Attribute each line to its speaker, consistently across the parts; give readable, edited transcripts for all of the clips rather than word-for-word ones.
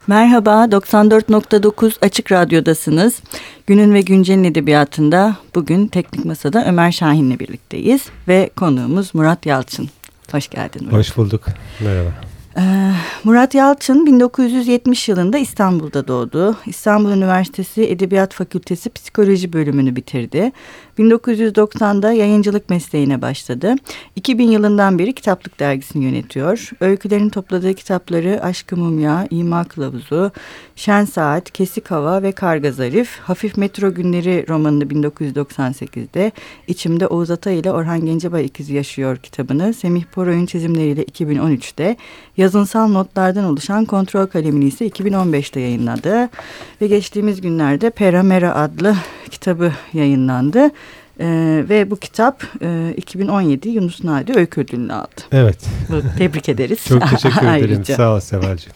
Speaker 1: Merhaba, 94.9 Açık Radyo'dasınız. Günün ve Güncel'in edebiyatında bugün Teknik Masa'da Ömer Şahin'le birlikteyiz ve konuğumuz Murat Yalçın. Hoş geldin Murat.
Speaker 2: Hoş bulduk, merhaba.
Speaker 1: Murat Yalçın 1970 yılında İstanbul'da doğdu. İstanbul Üniversitesi Edebiyat Fakültesi Psikoloji bölümünü bitirdi. 1990'da yayıncılık mesleğine başladı. 2000 yılından beri Kitaplık dergisini yönetiyor. Öykülerin topladığı kitapları Aşk-ı Mumya, İma Kılavuzu, Şen Saat, Kesik Hava ve Karga Zarif, Hafif Metro Günleri romanını 1998'de, İçimde Oğuz Atay ile Orhan Gencebay ikizi yaşıyor kitabını Semih Poroy'un çizimleriyle 2013'te, yazınsal notlardan oluşan Kontrol Kalemini ise 2015'te yayınladı. Ve geçtiğimiz günlerde Pera Mera adlı kitabı yayınlandı. Ve bu kitap 2017 Yunus Nadi Öykü Ödülünü aldı.
Speaker 2: Evet.
Speaker 1: Tebrik ederiz.
Speaker 2: Çok teşekkür ederim. Sağ ol Seval'cığım.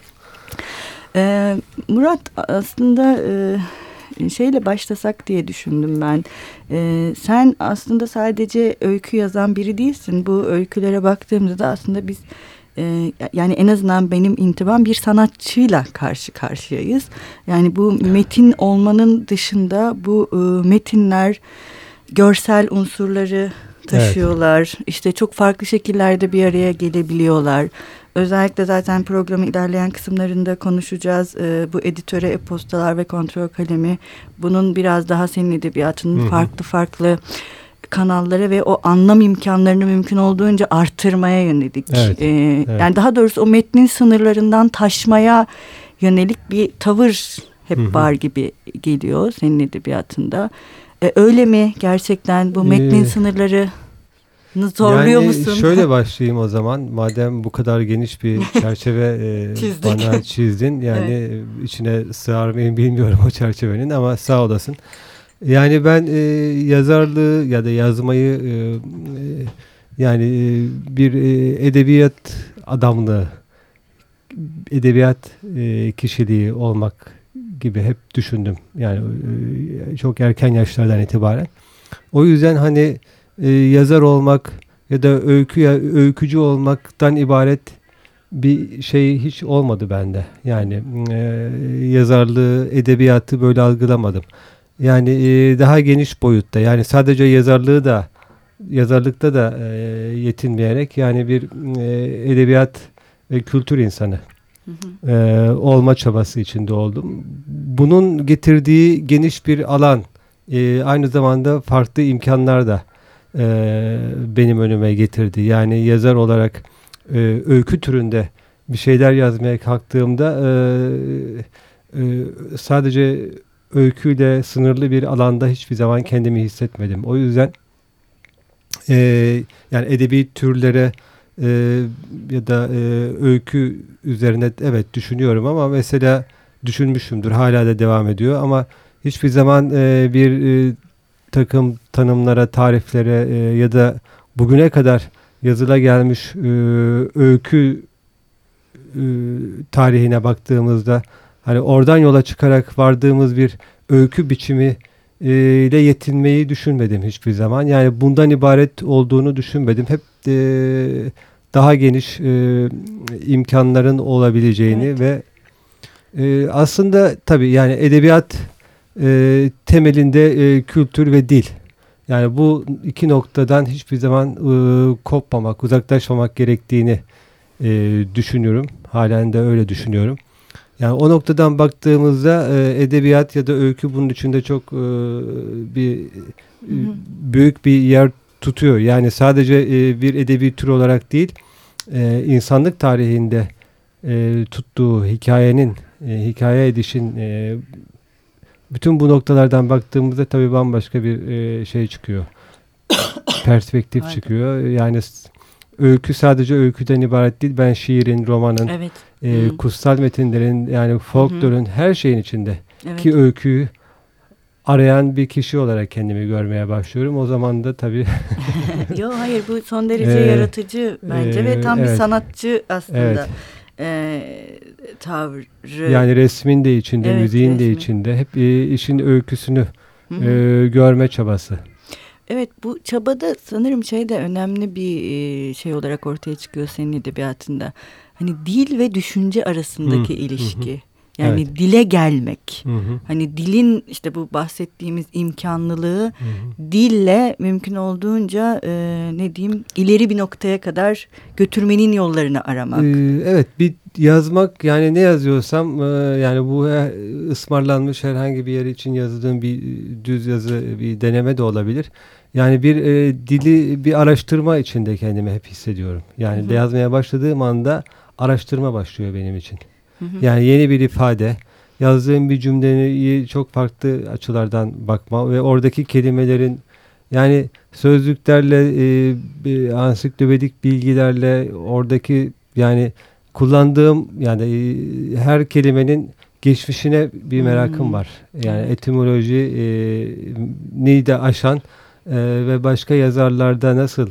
Speaker 1: Murat, aslında şeyle başlasak diye düşündüm ben. Sen aslında sadece öykü yazan biri değilsin. Bu öykülere baktığımızda da aslında biz yani en azından benim intibam bir sanatçıyla karşı karşıyayız. Yani bu metin olmanın dışında bu metinler görsel unsurları taşıyorlar. Evet. İşte çok farklı şekillerde bir araya gelebiliyorlar. Özellikle zaten programın ilerleyen kısımlarında konuşacağız. Bu editöre e-postalar ve kontrol kalemi, bunun biraz daha senin edebiyatının farklı kanallara ve o anlam imkanlarını mümkün olduğunca artırmaya yönelik.
Speaker 2: Evet, evet.
Speaker 1: Yani daha doğrusu o metnin sınırlarından taşmaya yönelik bir tavır hep var gibi geliyor senin edebiyatında. Öyle mi gerçekten, bu metnin sınırları zorluyor musun?
Speaker 2: Şöyle başlayayım o zaman. Madem bu kadar geniş bir çerçeve bana çizdin. Yani evet, içine sığar mıyım bilmiyorum o çerçevenin, ama sağ olasın. Yani ben yazarlığı ya da yazmayı yani bir edebiyat adamlığı, edebiyat kişiliği olmak gibi hep düşündüm. Yani çok erken yaşlardan itibaren. O yüzden hani yazar olmak ya da öykücü olmaktan ibaret bir şey hiç olmadı bende. Yani yazarlığı, edebiyatı böyle algılamadım. Yani daha geniş boyutta, yani sadece yazarlıkta da yetinmeyerek, yani bir edebiyat ve kültür insanı olma çabası içinde oldum. Bunun getirdiği geniş bir alan, aynı zamanda farklı imkanlar da benim önüme getirdi. Yani yazar olarak öykü türünde bir şeyler yazmaya kalktığımda sadece öyküyle sınırlı bir alanda hiçbir zaman kendimi hissetmedim. O yüzden yani edebi türlere ya da öykü üzerine evet düşünüyorum, ama mesela düşünmüşümdür, hala da devam ediyor, ama hiçbir zaman bir takım tanımlara, tariflere ya da bugüne kadar yazıla gelmiş öykü tarihine baktığımızda hani oradan yola çıkarak vardığımız bir öykü biçimi ile yetinmeyi düşünmedim hiçbir zaman. Yani bundan ibaret olduğunu düşünmedim. Hep daha geniş imkanların olabileceğini, evet, ve aslında tabii yani edebiyat temelinde kültür ve dil. Yani bu iki noktadan hiçbir zaman kopmamak, uzaklaşmamak gerektiğini düşünüyorum. Halen de öyle düşünüyorum. Yani o noktadan baktığımızda edebiyat ya da öykü bunun içinde çok büyük bir yer tutuyor. Yani sadece bir edebi tür olarak değil, insanlık tarihinde tuttuğu hikayenin, hikaye edişin, bütün bu noktalardan baktığımızda tabii bambaşka bir şey çıkıyor. Perspektif çıkıyor. Yani öykü sadece öyküden ibaret değil. Ben şiirin, romanın, evet, kutsal metinlerin, yani folklorun, her şeyin içinde. Evet. Ki öyküyü arayan bir kişi olarak kendimi görmeye başlıyorum. O zaman da tabii...
Speaker 1: Yok hayır, bu son derece yaratıcı bence ve tam evet, bir sanatçı aslında. Evet. Tavrı.
Speaker 2: Yani resmin de içinde, evet, müziğin de içinde. Hep işin öyküsünü görme çabası.
Speaker 1: Evet, bu çabada sanırım şey de önemli bir şey olarak ortaya çıkıyor senin edebiyatında. Hani dil ve düşünce arasındaki ilişki. Yani
Speaker 2: evet.
Speaker 1: dile gelmek.
Speaker 2: Hı hı.
Speaker 1: Hani dilin işte bu bahsettiğimiz imkanlılığı dille mümkün olduğunca ne diyeyim ileri bir noktaya kadar götürmenin yollarını aramak.
Speaker 2: Evet, bir yazmak, yani ne yazıyorsam yani bu ısmarlanmış herhangi bir yer için yazdığım bir düz yazı, bir deneme de olabilir. Yani bir dili bir araştırma içinde kendimi hep hissediyorum. Yani de yazmaya başladığım anda araştırma başlıyor benim için. Yani yeni bir ifade, yazdığım bir cümleyi çok farklı açılardan bakma ve oradaki kelimelerin, yani sözlüklerle, ansiklopedik bilgilerle, oradaki yani kullandığım, yani her kelimenin geçmişine bir merakım var. Yani
Speaker 1: Evet.
Speaker 2: etimoloji de aşan ve başka yazarlarda nasıl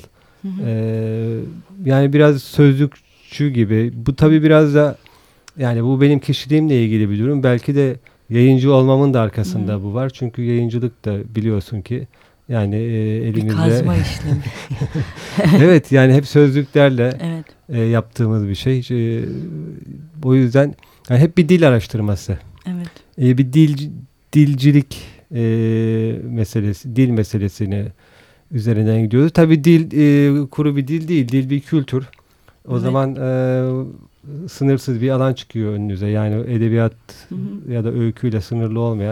Speaker 2: yani biraz sözlükçü gibi. Bu tabii biraz da, yani bu benim kişiliğimle ilgili bir durum. Belki de yayıncı olmamın da arkasında bu var. Çünkü yayıncılık da biliyorsun ki yani elimizde.
Speaker 1: Bir kazma işlemi.
Speaker 2: Evet, yani hep sözlüklerle
Speaker 1: Evet.
Speaker 2: Yaptığımız bir şey. O yüzden yani hep bir dil araştırması.
Speaker 1: Evet.
Speaker 2: Bir dilcilik meselesi, dil meselesini üzerinden gidiyoruz. Tabii dil kuru bir dil değil, dil bir kültür. O zaman sınırsız bir alan çıkıyor önünüze. Yani edebiyat ya da öyküyle sınırlı olmayan.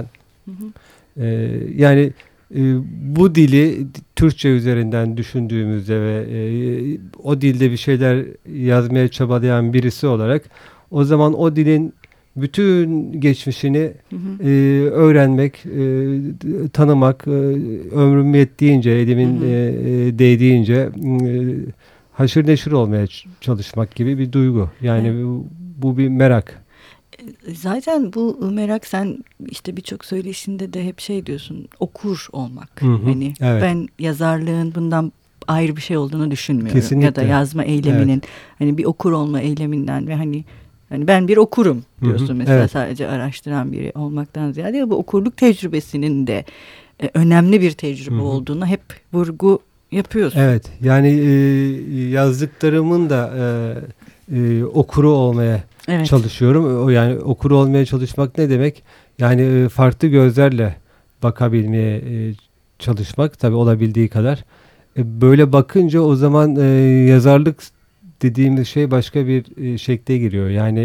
Speaker 2: Yani bu dili Türkçe üzerinden düşündüğümüzde ve o dilde bir şeyler yazmaya çabalayan birisi olarak, o zaman o dilin bütün geçmişini öğrenmek, tanımak, ömrüm yettiğince, elimin değdiğince haşır neşir olmaya çalışmak gibi bir duygu. Yani bu bir merak.
Speaker 1: Zaten bu merak, sen işte birçok söyleşinde de hep şey diyorsun, okur olmak. Hani
Speaker 2: evet.
Speaker 1: Ben yazarlığın bundan ayrı bir şey olduğunu düşünmüyorum.
Speaker 2: Kesinlikle.
Speaker 1: Ya da yazma eyleminin hani bir okur olma eyleminden ve hani ben bir okurum diyorsun mesela, sadece araştıran biri olmaktan ziyade bu okurluk tecrübesinin de önemli bir tecrübe olduğunu hep vurgu yapıyorsun.
Speaker 2: Evet, yani yazdıklarımın da okuru olmaya çalışıyorum. Yani okuru olmaya çalışmak ne demek? Yani farklı gözlerle bakabilmeye çalışmak, tabii olabildiği kadar. Böyle bakınca o zaman yazarlık dediğimiz şey başka bir şekle giriyor. Yani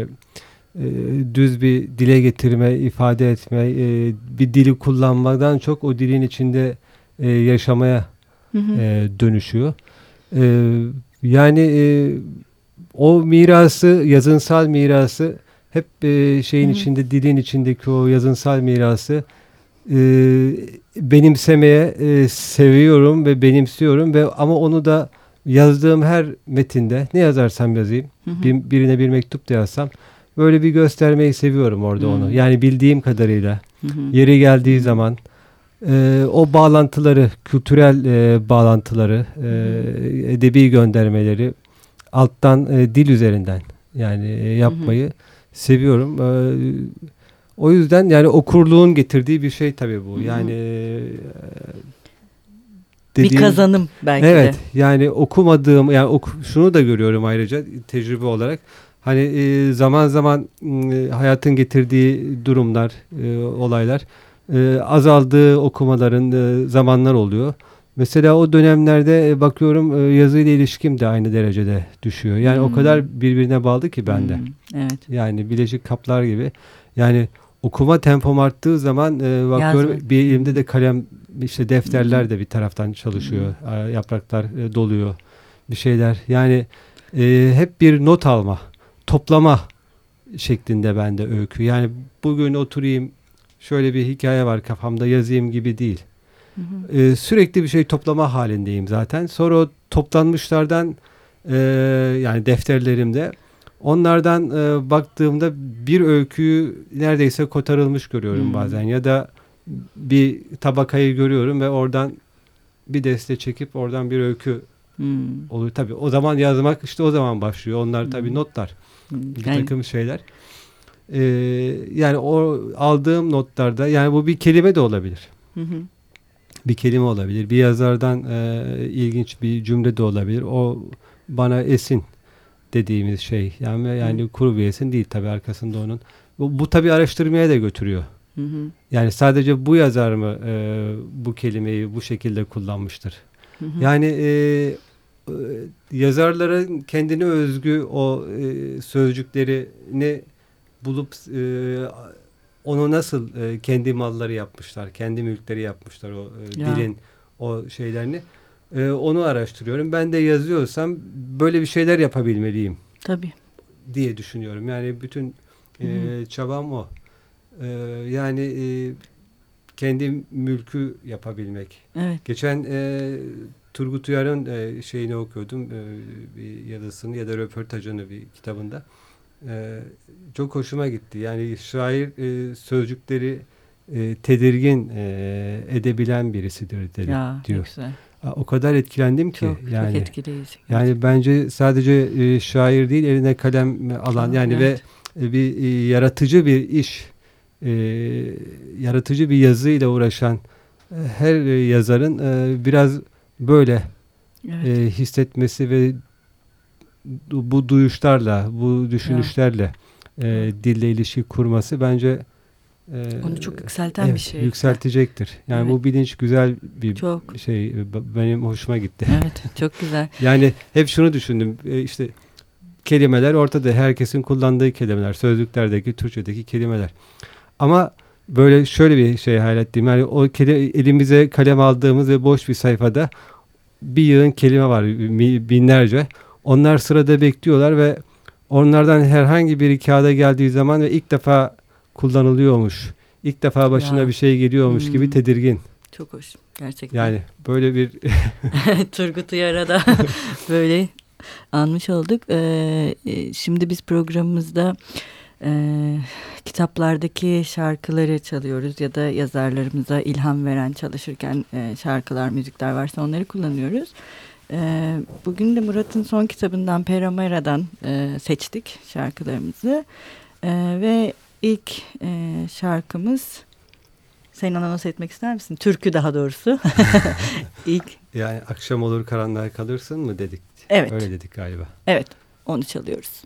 Speaker 2: düz bir dile getirme, ifade etme, bir dili kullanmadan çok o dilin içinde yaşamaya dönüşüyor. Yani o mirası, yazınsal mirası hep şeyin içinde, dilin içindeki o yazınsal mirası benimsemeye seviyorum ve benimsiyorum ve ama onu da yazdığım her metinde, ne yazarsam yazayım, birine bir mektup da yazsam, böyle bir göstermeyi seviyorum orada onu. Yani bildiğim kadarıyla yeri geldiği zaman o bağlantıları, kültürel bağlantıları, edebi göndermeleri alttan dil üzerinden yani yapmayı seviyorum. O yüzden yani okurluğun getirdiği bir şey tabii bu. Yani
Speaker 1: bir kazanım belki de.
Speaker 2: Evet, yani okumadığım, yani şunu da görüyorum ayrıca tecrübe olarak. Hani zaman zaman hayatın getirdiği durumlar, olaylar, azaldığı okumaların zamanlar oluyor. Mesela o dönemlerde bakıyorum yazıyla ilişkim de aynı derecede düşüyor. Yani o kadar birbirine bağlı ki bende.
Speaker 1: Evet.
Speaker 2: Yani Bileşik Kaplar gibi. Yani okuma tempom arttığı zaman bakıyorum bir elimde de kalem, işte defterler de bir taraftan çalışıyor. Yapraklar doluyor. Bir şeyler. Yani hep bir not alma, toplama şeklinde bende öykü. Yani bugün oturayım, şöyle bir hikaye var kafamda, yazayım gibi değil. Sürekli bir şey toplama halindeyim zaten. Sonra o toplanmışlardan yani defterlerimde, onlardan baktığımda bir öyküyü neredeyse kotarılmış görüyorum bazen. Ya da bir tabakayı görüyorum ve oradan bir deste çekip oradan bir öykü olur. Tabii o zaman yazmak işte o zaman başlıyor. Onlar tabii notlar. Bir takım şeyler. Yani o aldığım notlarda, yani bu bir kelime de olabilir. Bir kelime olabilir. Bir yazardan ilginç bir cümle de olabilir. O bana esin dediğimiz şey. Yani kuru bir esin değil tabii, arkasında onun Bu tabii araştırmaya da götürüyor.
Speaker 1: Hı hı.
Speaker 2: Yani sadece bu yazar mı bu kelimeyi bu şekilde kullanmıştır?
Speaker 1: Hı hı.
Speaker 2: Yani yazarların kendine özgü o sözcüklerini bulup onu nasıl kendi malları yapmışlar, kendi mülkleri yapmışlar o dilin o şeylerini. Onu araştırıyorum. Ben de yazıyorsam böyle bir şeyler yapabilmeliyim.
Speaker 1: Tabii.
Speaker 2: Diye düşünüyorum. Yani bütün çabam o. Yani kendi mülkü yapabilmek.
Speaker 1: Evet.
Speaker 2: Geçen Turgut Uyar'ın şeyini okuyordum. Bir yazısını ya da röportajını bir kitabında. Çok hoşuma gitti. Yani şair sözcükleri tedirgin edebilen birisidir dedi, diyor.
Speaker 1: Güzel.
Speaker 2: O kadar etkilendim ki.
Speaker 1: Çok etkileyici.
Speaker 2: Yani bence sadece şair değil, eline kalem alan ve bir yaratıcı bir iş, yaratıcı bir yazıyla uğraşan her yazarın biraz böyle hissetmesi ve bu duyuşlarla, bu düşünüşlerle dille ilişki kurması bence
Speaker 1: onu çok yükselten bir şey.
Speaker 2: Yükseltecektir. Yani bu bilinç güzel bir şey. Benim hoşuma gitti.
Speaker 1: Evet, çok güzel.
Speaker 2: Yani hep şunu düşündüm. İşte kelimeler ortada. Herkesin kullandığı kelimeler. Sözlüklerdeki, Türkçedeki kelimeler. Ama böyle şöyle bir şey hayal ettiğim. Yani o elimize kalem aldığımız ve boş bir sayfada bir yığın kelime var. Binlerce. Onlar sırada bekliyorlar ve onlardan herhangi biri kağıda geldiği zaman ve ilk defa kullanılıyormuş. İlk defa başına bir şey geliyormuş gibi tedirgin.
Speaker 1: Çok hoş. Gerçekten.
Speaker 2: Yani böyle bir
Speaker 1: Turgut Uyar'a da böyle anmış olduk. Şimdi biz programımızda kitaplardaki şarkıları çalıyoruz ya da yazarlarımıza ilham veren çalışırken şarkılar, müzikler varsa onları kullanıyoruz. Bugün de Murat'ın son kitabından Peramera'dan seçtik şarkılarımızı ve ilk şarkımız, sen anons etmek ister misin? Türkü daha doğrusu. İlk.
Speaker 2: Yani akşam olur karanlığa kalırsın mı dedik.
Speaker 1: Evet.
Speaker 2: Öyle dedik galiba.
Speaker 1: Evet, onu çalıyoruz.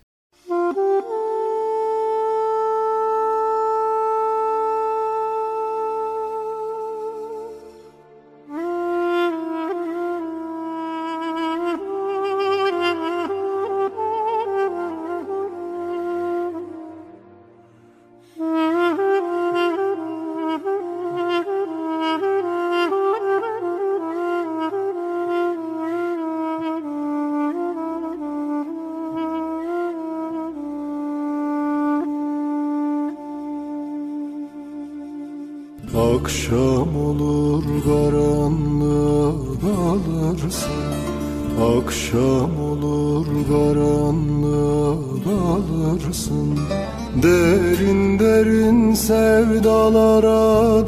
Speaker 3: Akşam olur karanlığa kalırsın, akşam olur karanlığa kalırsın. Derin derin sevdalara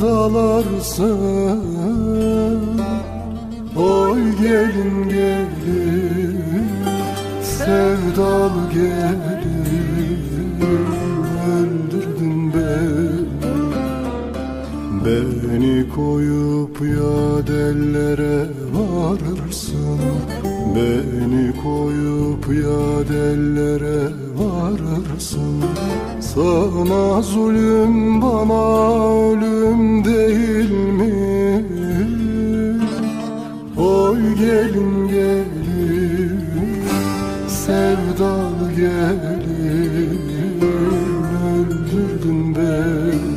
Speaker 3: dalarsın. Oy gelin gelin, sevdalı gelin, öldürdün beni. Beni koyup ya dellere varırsın, beni koyup ya dellere varırsın. Sana zulüm bana ölüm değil mi? Oy gelin gelin, sevdalı gelin, öldürdün beni.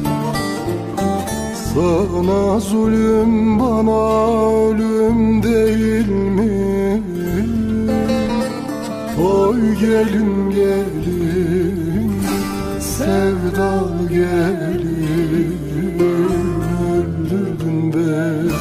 Speaker 3: Sana zulüm bana ölüm değil mi? Oy gelin gelin, sevdalı gelin, öldürdün beni.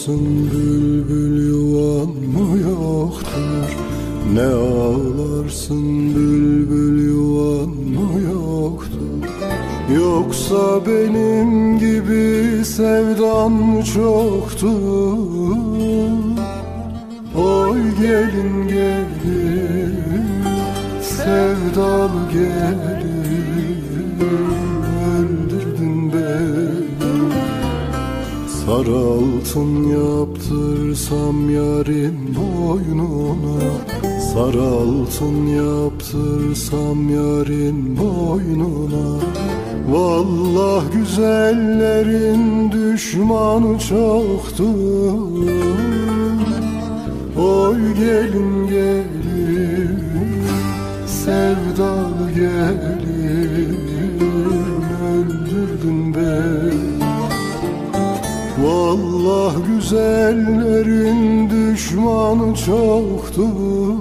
Speaker 3: ağlarsın bülbül yuvan mı yoktur? Ne ağlarsın bülbül yuvan mı yoktur? Yoksa benim gibi sevdan mı çoktur? Oy gelin gelin sevdalı gelin, öldürdün beni. Sarı altın yaptırsam yarın boynuna, sarı altın yaptırsam yarın boynuna. Vallah güzellerin düşmanı çoktur. Oy gelin gelin sevdalı gelin, öldürdün beni. Vallah güzellerin düşmanı çoktur.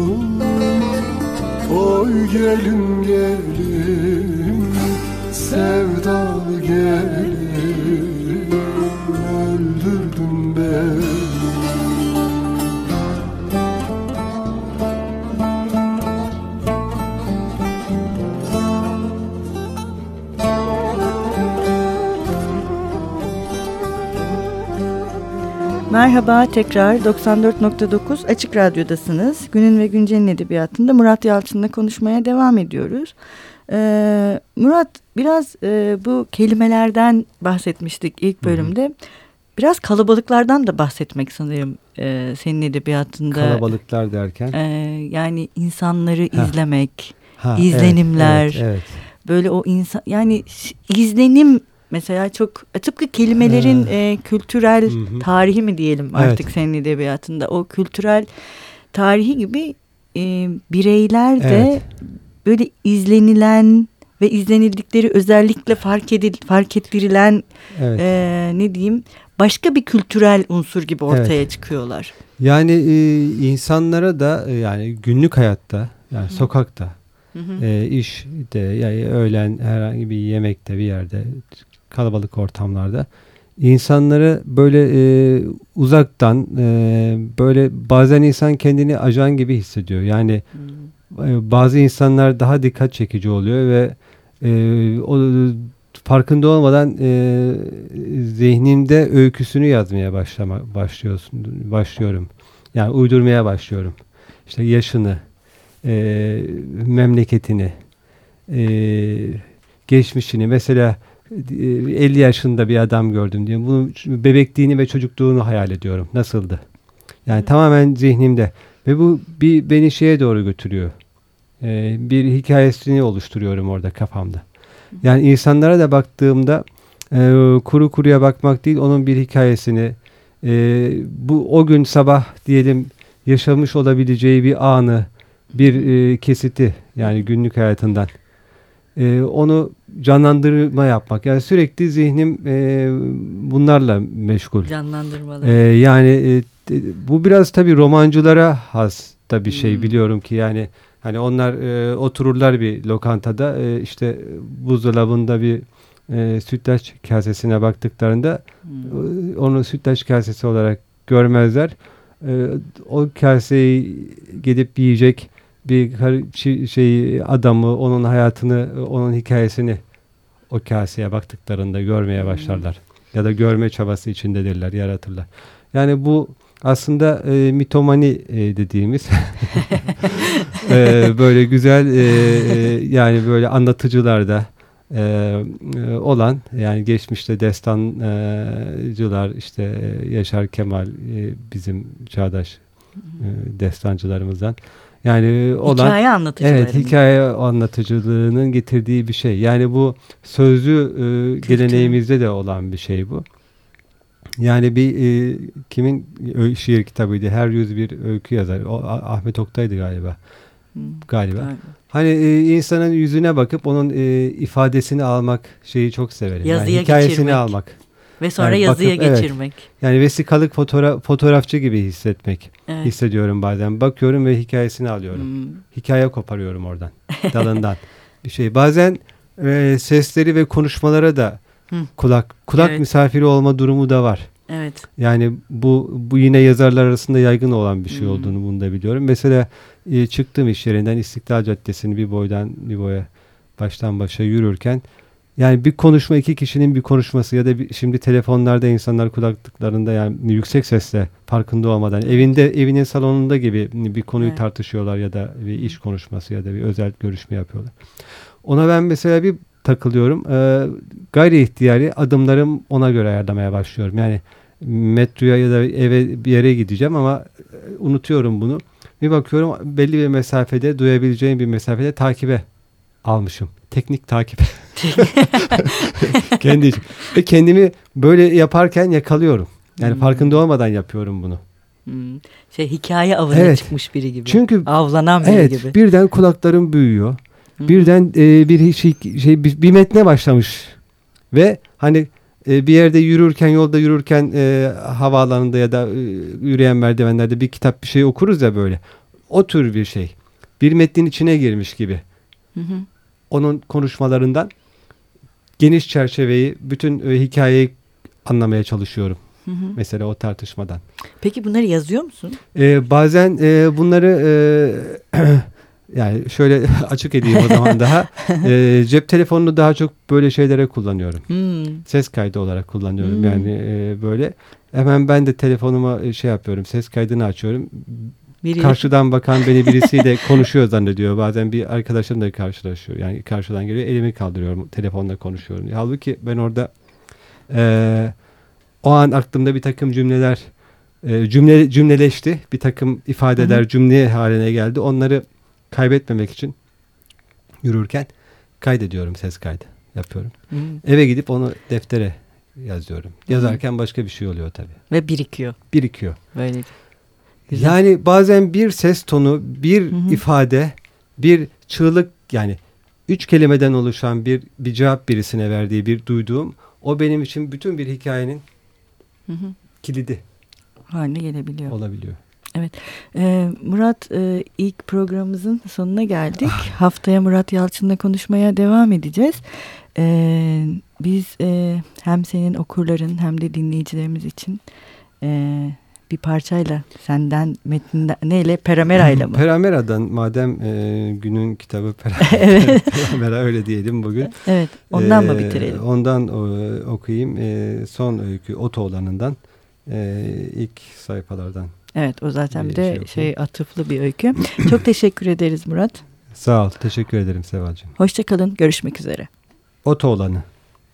Speaker 3: Oy gelin gelin sevdalı gelin, öldürdün beni.
Speaker 1: Merhaba, tekrar 94.9 Açık Radyo'dasınız. Günün ve Güncel'in edebiyatında Murat Yalçın'la konuşmaya devam ediyoruz. Murat, biraz bu kelimelerden bahsetmiştik ilk bölümde. Biraz kalabalıklardan da bahsetmek sanırım senin edebiyatında.
Speaker 2: Kalabalıklar derken?
Speaker 1: Yani insanları izlemek, izlenimler. Evet. Böyle o insan, yani izlenim mesela çok tıpkı kelimelerin kültürel tarihi mi diyelim artık senin edebiyatında. O kültürel tarihi gibi bireyler de böyle izlenilen ve izlenildikleri özellikle fark ettirilen ne diyeyim başka bir kültürel unsur gibi ortaya çıkıyorlar.
Speaker 2: Yani insanlara da yani günlük hayatta yani sokakta işte yani öğlen herhangi bir yemekte bir yerde kalabalık ortamlarda insanları böyle uzaktan böyle bazen insan kendini ajan gibi hissediyor. Yani bazı insanlar daha dikkat çekici oluyor ve o farkında olmadan zihnimde öyküsünü yazmaya başlıyorum. Yani uydurmaya başlıyorum. İşte yaşını, memleketini, geçmişini. Mesela 50 yaşında bir adam gördüm diye. Bunu bebekliğini ve çocukluğunu hayal ediyorum. Nasıldı? Yani tamamen zihnimde. Ve bu beni şeye doğru götürüyor. Bir hikayesini oluşturuyorum orada kafamda. Yani insanlara da baktığımda kuru kuruya bakmak değil, onun bir hikayesini bu o gün sabah diyelim yaşamış olabileceği bir anı, bir kesiti yani günlük hayatından onu canlandırma yapmak. Yani sürekli zihnim bunlarla meşgul.
Speaker 1: Canlandırmalar.
Speaker 2: Yani bu biraz tabii romancılara has da bir şey biliyorum ki yani hani onlar otururlar bir lokantada işte buzdolabında bir sütlaç kasesine baktıklarında onu sütlaç kasesi olarak görmezler. O kaseyi gidip yiyecek bir adamı, onun hayatını, onun hikayesini o kaseye baktıklarında görmeye başlarlar. Ya da görme çabası içindedirler, yaratırlar. Yani bu aslında mitomani dediğimiz böyle güzel yani böyle anlatıcılarda olan yani geçmişte destancılar işte Yaşar Kemal bizim çağdaş destancılarımızdan yani olan
Speaker 1: hikaye anlatıcıları. Evet,
Speaker 2: hikaye anlatıcılığının getirdiği bir şey. Yani bu sözlü geleneğimizde de olan bir şey bu. Yani bir kimin şiir kitabıydı? Her yüz bir öykü yazar. O Ahmet Oktay'dı galiba. Galiba. Hani insanın yüzüne bakıp onun ifadesini almak şeyi çok severim.
Speaker 1: Yazıya
Speaker 2: yani hikayesini
Speaker 1: geçirmek.
Speaker 2: Almak.
Speaker 1: Ve sonra yani yazıya geçirmek.
Speaker 2: Evet. Yani vesikalık fotoğrafçı gibi hissetmek. Evet. Hissediyorum bazen. Bakıyorum ve hikayesini alıyorum. Hikaye koparıyorum oradan. Dalından. Bir şey. Bazen sesleri ve konuşmalara da kulak evet. Misafiri olma durumu da var.
Speaker 1: Evet.
Speaker 2: Yani bu yine yazarlar arasında yaygın olan bir şey olduğunu bunu da biliyorum. Mesela çıktığım iş yerinden İstiklal Caddesi'ni bir boydan bir boya baştan başa yürürken yani bir konuşma iki kişinin bir konuşması ya da şimdi telefonlarda insanlar kulaklıklarında yani yüksek sesle farkında olmadan evinin salonunda gibi bir konuyu tartışıyorlar ya da bir iş konuşması ya da bir özel görüşme yapıyorlar. Ona ben mesela bir takılıyorum. Gayri ihtiyari adımlarım ona göre ayarlamaya başlıyorum. Yani metroya ya da eve bir yere gideceğim ama unutuyorum bunu. Bir bakıyorum belli bir mesafede duyabileceğim bir mesafede takibe almışım. Teknik takip. Ve kendimi böyle yaparken yakalıyorum. Yani farkında olmadan yapıyorum bunu.
Speaker 1: Hikaye avına çıkmış biri gibi.
Speaker 2: Çünkü
Speaker 1: avlanan biri gibi.
Speaker 2: Birden kulaklarım büyüyor. Birden bir metne başlamış ve hani bir yerde yolda yürürken havaalanında ya da yürüyen merdivenlerde bir kitap bir şey okuruz ya böyle. O tür bir şey. Bir metnin içine girmiş gibi. Onun konuşmalarından geniş çerçeveyi, bütün hikayeyi anlamaya çalışıyorum. Mesela o tartışmadan.
Speaker 1: Peki bunları yazıyor musun?
Speaker 2: Bazen bunları yani şöyle açık edeyim o zaman daha. Cep telefonunu daha çok böyle şeylere kullanıyorum. Ses kaydı olarak kullanıyorum. Yani böyle. Hemen ben de telefonuma yapıyorum. Ses kaydını açıyorum. Karşıdan bakan beni birisiyle konuşuyor zannediyor. Bazen bir arkadaşım da karşılaşıyor. Yani karşıdan geliyor. Elimi kaldırıyorum. Telefonla konuşuyorum. Halbuki ben orada o an aklımda bir takım cümleler cümleleşti. Bir takım ifadeler cümle haline geldi. Onları kaybetmemek için yürürken kaydediyorum. Ses kaydı yapıyorum. Eve gidip onu deftere yazıyorum. Yazarken başka bir şey oluyor tabii.
Speaker 1: Ve birikiyor. Böyle. Güzel.
Speaker 2: Yani bazen bir ses tonu, bir ifade, bir çığlık yani 3 kelimeden oluşan bir cevap birisine verdiği bir duyduğum o benim için bütün bir hikayenin kilidi
Speaker 1: haline gelebiliyor.
Speaker 2: Olabiliyor.
Speaker 1: Evet. Murat ilk programımızın sonuna geldik. Haftaya Murat Yalçın'la konuşmaya devam edeceğiz. Biz hem senin okurların hem de dinleyicilerimiz için bir parçayla senden metinden neyle Peramera'yla mı?
Speaker 2: Peramera'dan madem günün kitabı Peramera öyle diyelim bugün.
Speaker 1: Evet. Ondan mı bitirelim?
Speaker 2: Ondan okuyayım. Son öykü Otoğlan'ından ilk sayfalardan.
Speaker 1: Evet, o zaten bir de atıflı bir öykü. Çok teşekkür ederiz Murat.
Speaker 2: Sağ ol. Teşekkür ederim Sevalcığım.
Speaker 1: Hoşça kalın. Görüşmek üzere.
Speaker 2: Otoğlan'ı.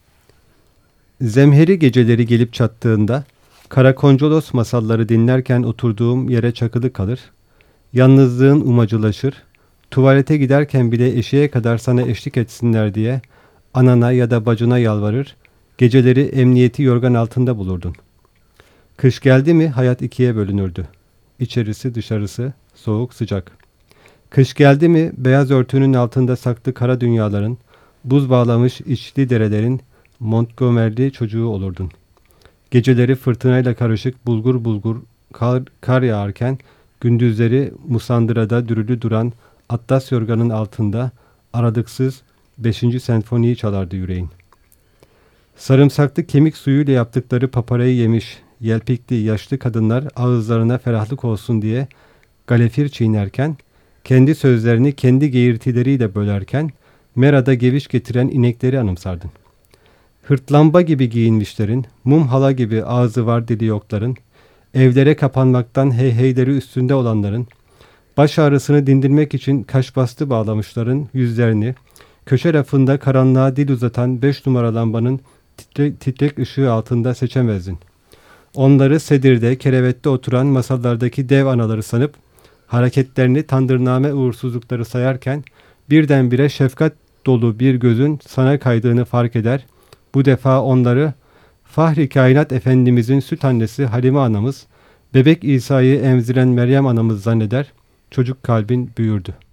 Speaker 2: Zemheri geceleri gelip çattığında Karakoncolos masalları dinlerken oturduğum yere çakılı kalır. Yalnızlığın umacılaşır. Tuvalete giderken bile eşeğe kadar sana eşlik etsinler diye anana ya da bacına yalvarır. Geceleri emniyeti yorgan altında bulurdun. Kış geldi mi hayat ikiye bölünürdü. İçerisi dışarısı, soğuk sıcak. Kış geldi mi beyaz örtünün altında saklı kara dünyaların, buz bağlamış içli derelerin Montgomery'li çocuğu olurdun. Geceleri fırtınayla karışık bulgur bulgur kar yağarken gündüzleri Musandıra'da dürülü duran Atlas yorganın altında aralıksız 5. senfoniyi çalardı yüreğin. Sarımsaklı kemik suyuyla yaptıkları paparayı yemiş yelpikli yaşlı kadınlar ağızlarına ferahlık olsun diye galefir çiğnerken, kendi sözlerini kendi geğirtileriyle bölerken merada geviş getiren inekleri anımsardın. Hırtlamba gibi giyinmişlerin, mum hala gibi ağzı var dili yokların, evlere kapanmaktan heyheyleri üstünde olanların, baş ağrısını dindirmek için kaş bastı bağlamışların yüzlerini, köşe rafında karanlığa dil uzatan 5 numara lambanın titrek ışığı altında seçemezdin. Onları sedirde, kerevette oturan masalardaki dev anaları sanıp, hareketlerini tandırname uğursuzlukları sayarken, birdenbire şefkat dolu bir gözün sana kaydığını fark eder. Bu defa onları Fahri Kainat Efendimizin süt annesi Halime anamız, bebek İsa'yı emziren Meryem anamız zanneder. Çocuk kalbin büyürdü.